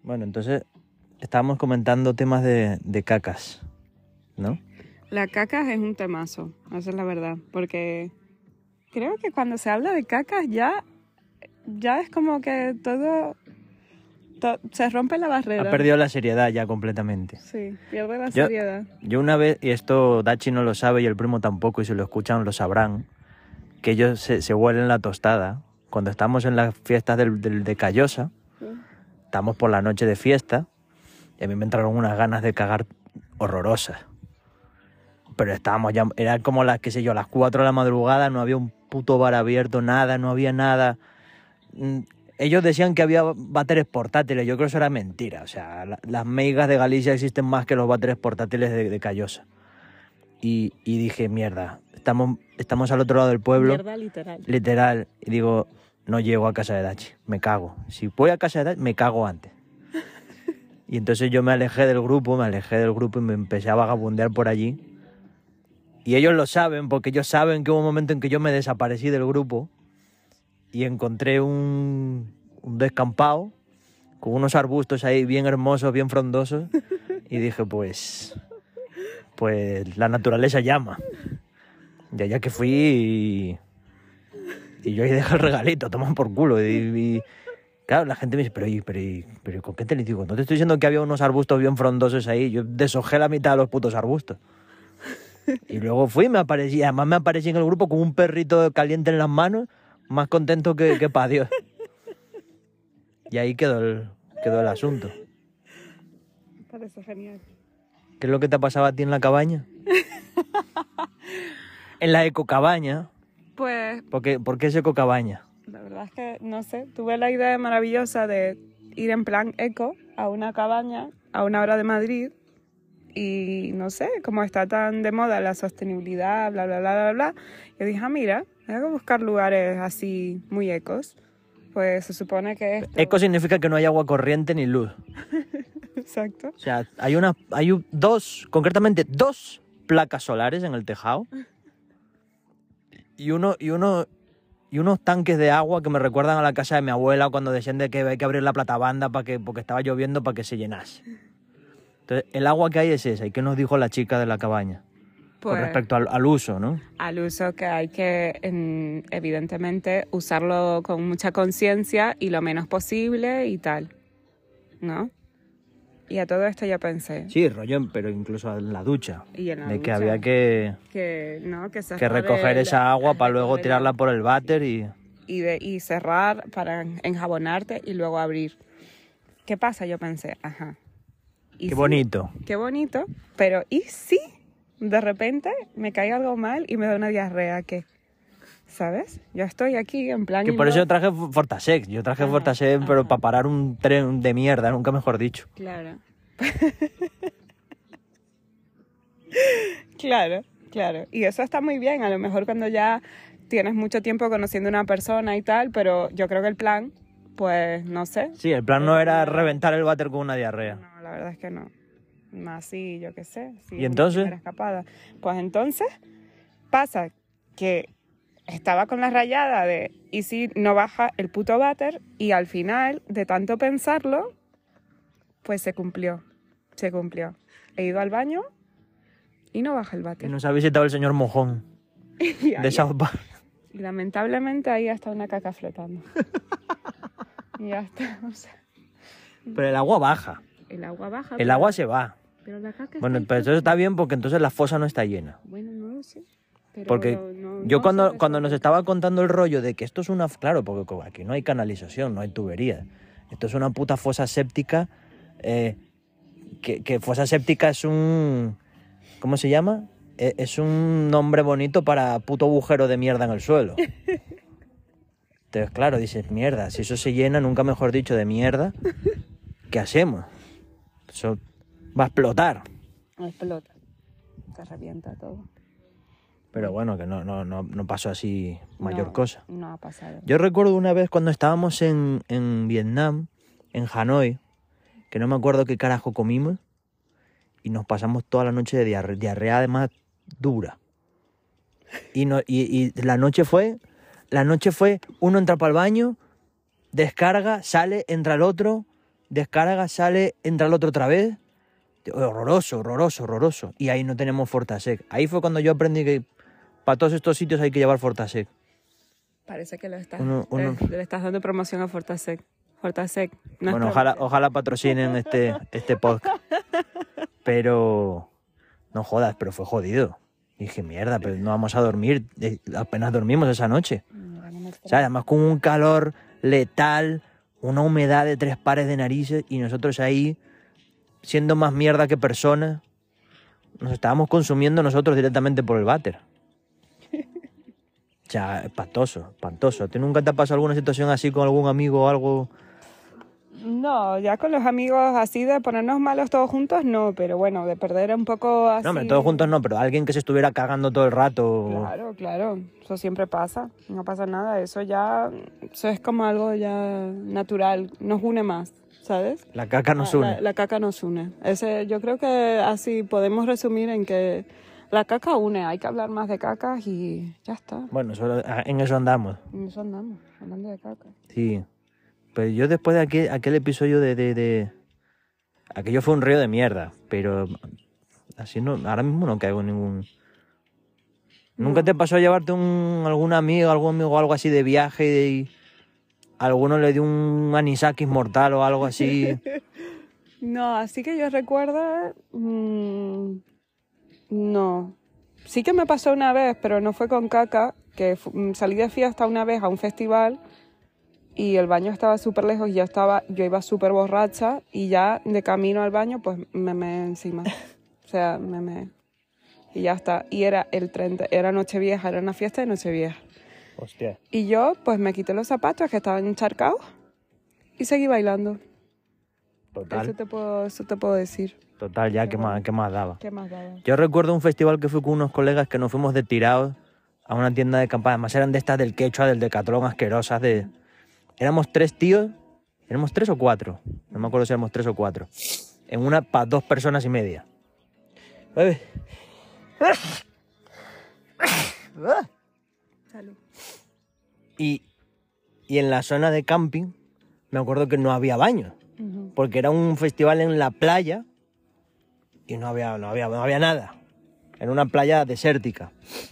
Bueno, entonces estábamos comentando temas de cacas, ¿no? La caca es un temazo, esa es la verdad, porque creo que cuando se habla de cacas ya es como que todo se rompe la barrera. Ha perdido la seriedad ya completamente. Sí, pierde la seriedad. Yo una vez, y esto Dachi no lo sabe y el primo tampoco, y si lo escuchan lo sabrán, que ellos se huelen la tostada. Cuando estamos en las fiestas de Callosa, estamos por la noche de fiesta, y a mí me entraron unas ganas de cagar horrorosas. Pero estábamos ya, era como las, qué sé yo, las 4 de la madrugada, no había un puto bar abierto, nada, no había nada. Ellos decían que había váteres portátiles, yo creo que eso era mentira. O sea, las meigas de Galicia existen más que los váteres portátiles de Callosa. Y dije, mierda, estamos al otro lado del pueblo. Mierda, literal. Literal. Y digo, no llego a casa de Dachi, me cago. Si voy a casa de Dachi, me cago antes. Y entonces yo me alejé del grupo y me empecé a vagabundear por allí. Y ellos lo saben, porque ellos saben que hubo un momento en que yo me desaparecí del grupo y encontré un descampado con unos arbustos ahí bien hermosos, bien frondosos. Y dije, pues la naturaleza llama. Y allá que fui y yo ahí dejé el regalito, toman por culo. Y claro, la gente me dice, pero ¿con qué te le digo? No te estoy diciendo que había unos arbustos bien frondosos ahí. Yo deshojé la mitad de los putos arbustos. Y luego fui y además me aparecí en el grupo con un perrito caliente en las manos, más contento que pa' Dios. Y ahí quedó el asunto. Me parece genial. ¿Qué es lo que te ha pasado a ti en la cabaña? En la ecocabaña. Pues ¿Por qué es ecocabaña? la verdad es que, no sé, tuve la idea maravillosa de ir en plan eco a una cabaña a 1 hora de Madrid y, no sé, como está tan de moda la sostenibilidad, bla, bla, bla, bla, bla, yo dije, mira, voy a buscar lugares así muy ecos. Pues se supone que esto... Eco significa que no hay agua corriente ni luz. Exacto. O sea, concretamente dos placas solares en el tejado y unos tanques de agua que me recuerdan a la casa de mi abuela cuando decían de que hay que abrir la platabanda porque estaba lloviendo para que se llenase. Entonces, el agua que hay es esa. ¿Y qué nos dijo la chica de la cabaña? Pues, con respecto al uso, ¿no? Al uso, que hay que, evidentemente, usarlo con mucha conciencia y lo menos posible y tal, ¿no? Y a todo esto yo pensé... Sí, rollo, pero incluso en la ducha. Y en la de ducha, que había que recoger esa agua para luego tirarla por el váter y cerrar para enjabonarte y luego abrir. ¿Qué pasa? Yo pensé, ajá. Qué bonito. Qué bonito, pero ¿y si de repente me cae algo mal y me da una diarrea? ¿Qué? ¿Sabes? Yo estoy aquí en plan... Que por eso yo traje Fortasec. Yo traje Fortasec, pero para parar un tren de mierda, nunca mejor dicho. Claro. Claro. Y eso está muy bien, a lo mejor cuando ya tienes mucho tiempo conociendo a una persona y tal, pero yo creo que el plan, pues, no sé. Sí, el plan no era reventar el váter con una diarrea. No, la verdad es que no. Más sí, yo qué sé. Sí, ¿Y entonces? Una escapada. Pues entonces pasa que estaba con la rayada de ¿y si no baja el puto váter? Y al final, de tanto pensarlo, pues se cumplió. He ido al baño y no baja el váter. Y nos ha visitado el señor Mojón de South Park. Y lamentablemente ahí está una caca flotando. Y ya está, o sea. Pero el agua baja. El agua baja. El agua se va. Pero la caca bueno, está pero eso está bien porque entonces la fosa no está llena. Bueno, no lo sé. Pero porque yo cuando nos estaba contando el rollo de que esto es una... Claro, porque aquí no hay canalización, no hay tubería. Esto es una puta fosa séptica. Que fosa séptica es un... ¿Cómo se llama? Es un nombre bonito para puto agujero de mierda en el suelo. Entonces, claro, dices, mierda, si eso se llena, nunca mejor dicho, de mierda, ¿qué hacemos? Eso va a explotar. Explota. Te revienta todo. Pero bueno, que no pasó así mayor cosa. No ha pasado. Yo recuerdo una vez cuando estábamos en Vietnam, en Hanoi, que no me acuerdo qué carajo comimos, y nos pasamos toda la noche de diarrea además dura. Y la noche fue, uno entra para el baño, descarga, sale, entra el otro, descarga, sale, entra el otro otra vez. Horroroso, horroroso, horroroso. Y ahí no tenemos Fortasec. Ahí fue cuando yo aprendí que para todos estos sitios hay que llevar Fortasec. Parece que le estás dando promoción a Fortasec. Fortasec. No Bueno, ojalá patrocinen este podcast. Pero no jodas, pero fue jodido. Dije, mierda, pero no vamos a dormir. Apenas dormimos esa noche. O sea, además con un calor letal, una humedad de 3 pares de narices y nosotros ahí, siendo más mierda que personas, nos estábamos consumiendo nosotros directamente por el váter. O sea, espantoso, espantoso. ¿A ti nunca te ha pasado alguna situación así con algún amigo o algo? No, ya con los amigos así de ponernos malos todos juntos, no, pero bueno, de perder un poco así... No, hombre, todos juntos no, pero alguien que se estuviera cagando todo el rato. Claro, claro, eso siempre pasa, no pasa nada, eso es como algo ya natural, nos une más, ¿sabes? La caca nos une. La caca nos une. Yo creo que así podemos resumir en que la caca une, hay que hablar más de cacas y ya está. Bueno, en eso andamos. En eso andamos, hablando de caca. Sí. Pero yo después de aquel episodio aquello fue un río de mierda, pero así no, ahora mismo no caigo en ningún... ¿Nunca te pasó llevarte algún amigo o algo así de viaje y alguno le dio un anisakis mortal o algo así? No, así que yo recuerdo... no. Sí que me pasó una vez, pero no fue con caca, que salí de fiesta una vez a un festival... Y el baño estaba súper lejos y yo iba súper borracha y ya de camino al baño pues me meé encima. O sea, me meé. Y ya está. Y era era Nochevieja, era una fiesta de Nochevieja. Hostia. Y yo pues me quité los zapatos que estaban encharcados y seguí bailando. Total. Eso te puedo decir. Total, ya, ¿qué más daba? ¿Qué más daba? Yo recuerdo un festival que fui con unos colegas que nos fuimos de tirados a una tienda de campaña. Además eran de estas del Quechua, del Decathlon, asquerosas de... Éramos 3 tíos, éramos 3 o 4, no me acuerdo si éramos 3 o 4, en una para 2 personas y media. Salud. Y en la zona de camping, me acuerdo que no había baño, porque era un festival en la playa y no había nada. Era una playa desértica.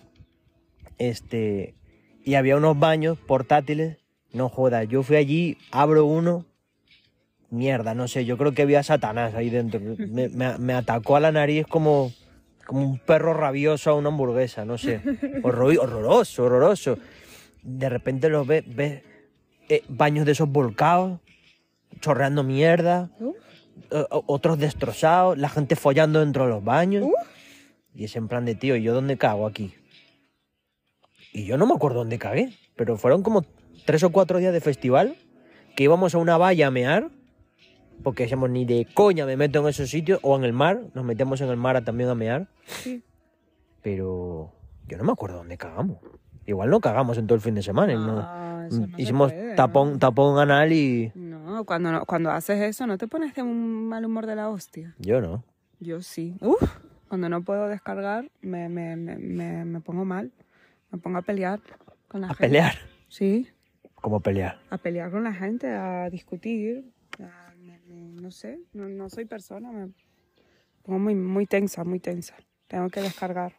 Y había unos baños portátiles. No jodas, yo fui allí, abro uno, mierda, no sé, yo creo que había Satanás ahí dentro. Me atacó a la nariz como un perro rabioso a una hamburguesa, no sé. Horroroso, horroroso. De repente los ves baños de esos volcados, chorreando mierda, otros destrozados, la gente follando dentro de los baños. Y es en plan de, tío, ¿yo dónde cago aquí? Y yo no me acuerdo dónde cagué, pero fueron como 3 o 4 días de festival, que íbamos a una valla a mear, porque decíamos, ni de coña me meto en esos sitios, o en el mar, nos metemos en el mar también a mear. Sí. Pero yo no me acuerdo dónde cagamos. Igual no cagamos en todo el fin de semana. Eso no hicimos se puede, tapón anal y... No, cuando haces eso no te pones de un mal humor de la hostia. Yo no. Yo sí. Cuando no puedo descargar me pongo mal. Me pongo a pelear con la gente. ¿A pelear? Sí. ¿Cómo pelear? A pelear con la gente, a discutir. No sé, no soy persona. Me pongo muy tensa, muy tensa. Tengo que descargar.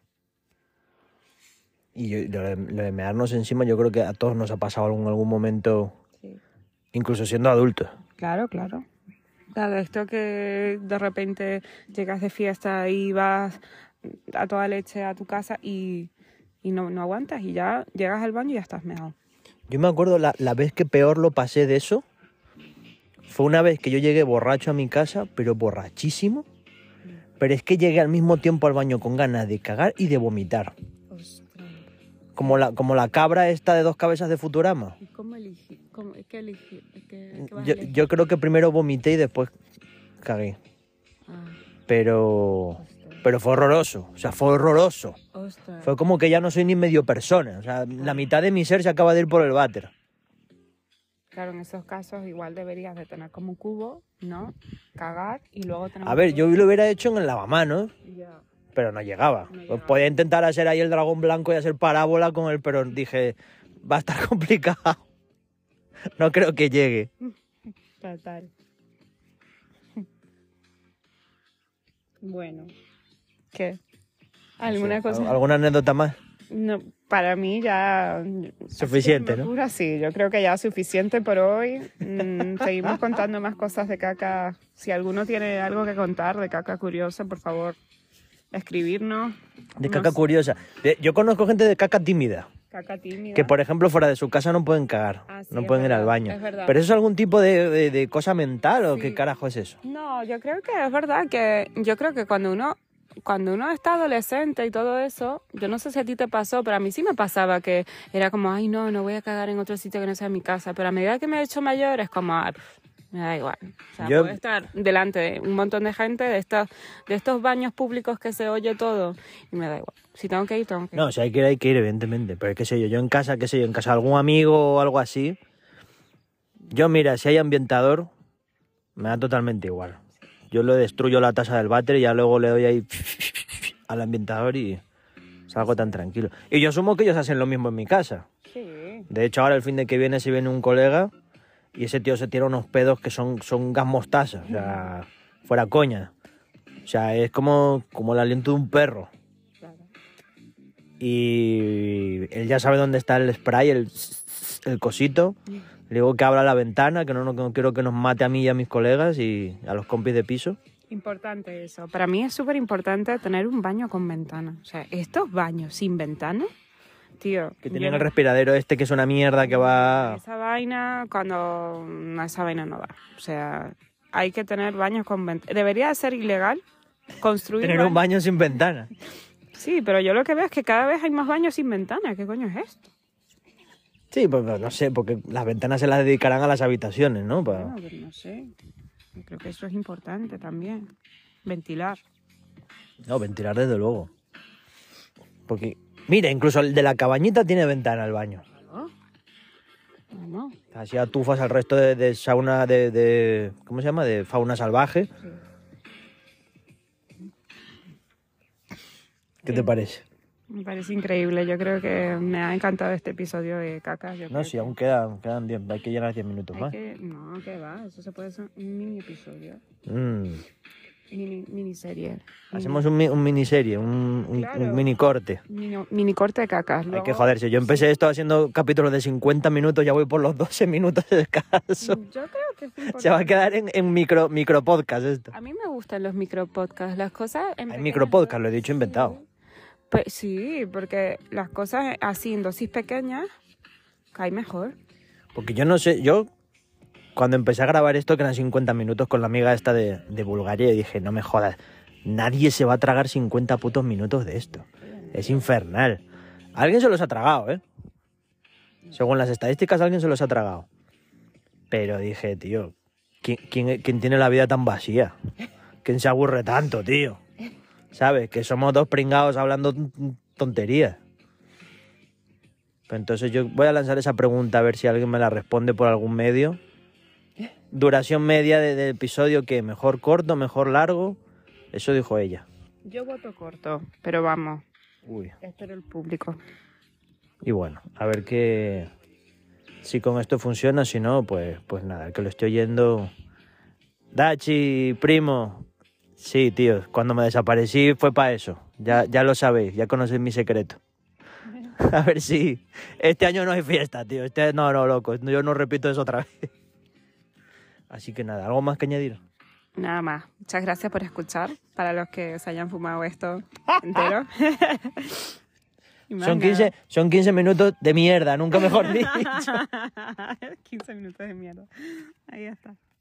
Y lo de mearnos encima, yo creo que a todos nos ha pasado en algún momento, Sí. incluso siendo adultos. Claro, claro. Claro, esto que de repente llegas de fiesta y vas a toda leche a tu casa y no aguantas y ya llegas al baño y ya estás meado. Yo me acuerdo la vez que peor lo pasé de eso, fue una vez que yo llegué borracho a mi casa, pero borrachísimo, pero es que llegué al mismo tiempo al baño con ganas de cagar y de vomitar. Ostras. Como la cabra esta de 2 cabezas de Futurama. ¿Y cómo elegí? ¿Qué elegí? ¿Qué vas a Yo, elegir? yo creo que primero vomité y después cagué. Ah, Pero fue horroroso, o sea, fue horroroso. ostras. Fue como que ya no soy ni medio persona, o sea, la mitad de mi ser se acaba de ir por el váter. Claro, en esos casos igual deberías de tener como un cubo, ¿no? Cagar y luego tener... A ver, yo lo hubiera hecho en el lavamanos, Ya. pero no llegaba. No llegaba. Podía intentar hacer ahí el dragón blanco y hacer parábola con él, pero dije, va a estar complicado. No creo que llegue. Total. Bueno. ¿Qué? ¿Alguna cosa? ¿Alguna anécdota más? No, para mí ya... Suficiente, ¿no? Sí, yo creo que ya es suficiente por hoy. Seguimos contando más cosas de caca. Si alguno tiene algo que contar de caca curiosa, por favor, escribirnos. De caca curiosa. Yo conozco gente de caca tímida. Caca tímida. Que, por ejemplo, fuera de su casa no pueden cagar. Sí, no pueden ir al baño. Es verdad. ¿Pero eso es algún tipo de cosa mental o Sí. qué carajo es eso? No, yo creo que es verdad que... Yo creo que cuando uno está adolescente y todo eso, yo no sé si a ti te pasó, pero a mí sí me pasaba que era como, ay, no voy a cagar en otro sitio que no sea mi casa. Pero a medida que me he hecho mayor es como, me da igual. O sea, puedo estar delante de un montón de gente de estos baños públicos que se oye todo y me da igual. Si tengo que ir, tengo que ir. No, si hay que ir, evidentemente. Pero qué sé yo, en casa de algún amigo o algo así. Yo, mira, si hay ambientador, me da totalmente igual. Yo le destruyo la taza del váter y ya luego le doy ahí al ambientador y salgo tan tranquilo. Y yo asumo que ellos hacen lo mismo en mi casa. Sí. De hecho, ahora el fin de que viene, si viene un colega y ese tío se tira unos pedos que son gas mostaza. O sea, fuera coña. O sea, es como el aliento de un perro. Claro. Y él ya sabe dónde está el spray, el cosito. Le digo que abra la ventana, que no quiero que nos mate a mí y a mis colegas y a los compis de piso. Importante eso. Para mí es súper importante tener un baño con ventana. O sea, estos baños sin ventana, tío... Que tienen el respiradero este que es una mierda que va... Esa vaina no da. O sea, hay que tener baños con ventana. Debería ser ilegal construir... Tener un baño sin ventana. Sí, pero yo lo que veo es que cada vez hay más baños sin ventana. ¿Qué coño es esto? Sí, pues no sé, porque las ventanas se las dedicarán a las habitaciones, ¿no? Bueno, pero no sé. Yo creo que eso es importante también. Ventilar. No, ventilar desde luego. Porque, mira, incluso el de la cabañita tiene ventana el baño. No. Así atufas al resto de sauna de... ¿Cómo se llama? De fauna salvaje. Sí. ¿Qué te parece? Me parece increíble. Yo creo que me ha encantado este episodio de caca. No, sí, aún quedan 10. Hay que llegar a 10 minutos más. No, que va. Eso se puede hacer un mini episodio. Miniserie. Hacemos un miniserie, un mini corte. Mini corte de cacas. Hay que joderse. Yo empecé esto haciendo capítulos de 50 minutos, ya voy por los 12 minutos escasos. Yo creo que es importante. Se va a quedar en micro podcast esto. A mí me gustan los micro podcasts. Las cosas... Hay micro podcast, lo he dicho inventado. Pues sí, porque las cosas así en dosis pequeñas cae mejor. Porque yo no sé, cuando empecé a grabar esto, que eran 50 minutos con la amiga esta de Bulgaria, y dije, no me jodas, nadie se va a tragar 50 putos minutos de esto. Es infernal. Alguien se los ha tragado, ¿eh? Según las estadísticas, alguien se los ha tragado. Pero dije, tío, ¿quién tiene la vida tan vacía? ¿Quién se aburre tanto, tío? ¿Sabes? Que somos dos pringados hablando tonterías. Pues entonces yo voy a lanzar esa pregunta a ver si alguien me la responde por algún medio. Duración media del episodio, ¿qué? ¿Mejor corto, mejor largo? Eso dijo ella. Yo voto corto, pero vamos. Uy. Espero el público. Y bueno, a ver qué... Si con esto funciona, si no, pues nada, el que lo estoy oyendo... Dachi, primo... Sí, tío, cuando me desaparecí fue para eso. Ya lo sabéis, ya conocéis mi secreto. A ver si... Este año no hay fiesta, tío. No, loco, yo no repito eso otra vez. Así que nada, ¿algo más que añadir? Nada más. Muchas gracias por escuchar, para los que se hayan fumado esto entero. Son 15 minutos de mierda, nunca mejor dicho. 15 minutos de mierda. Ahí está.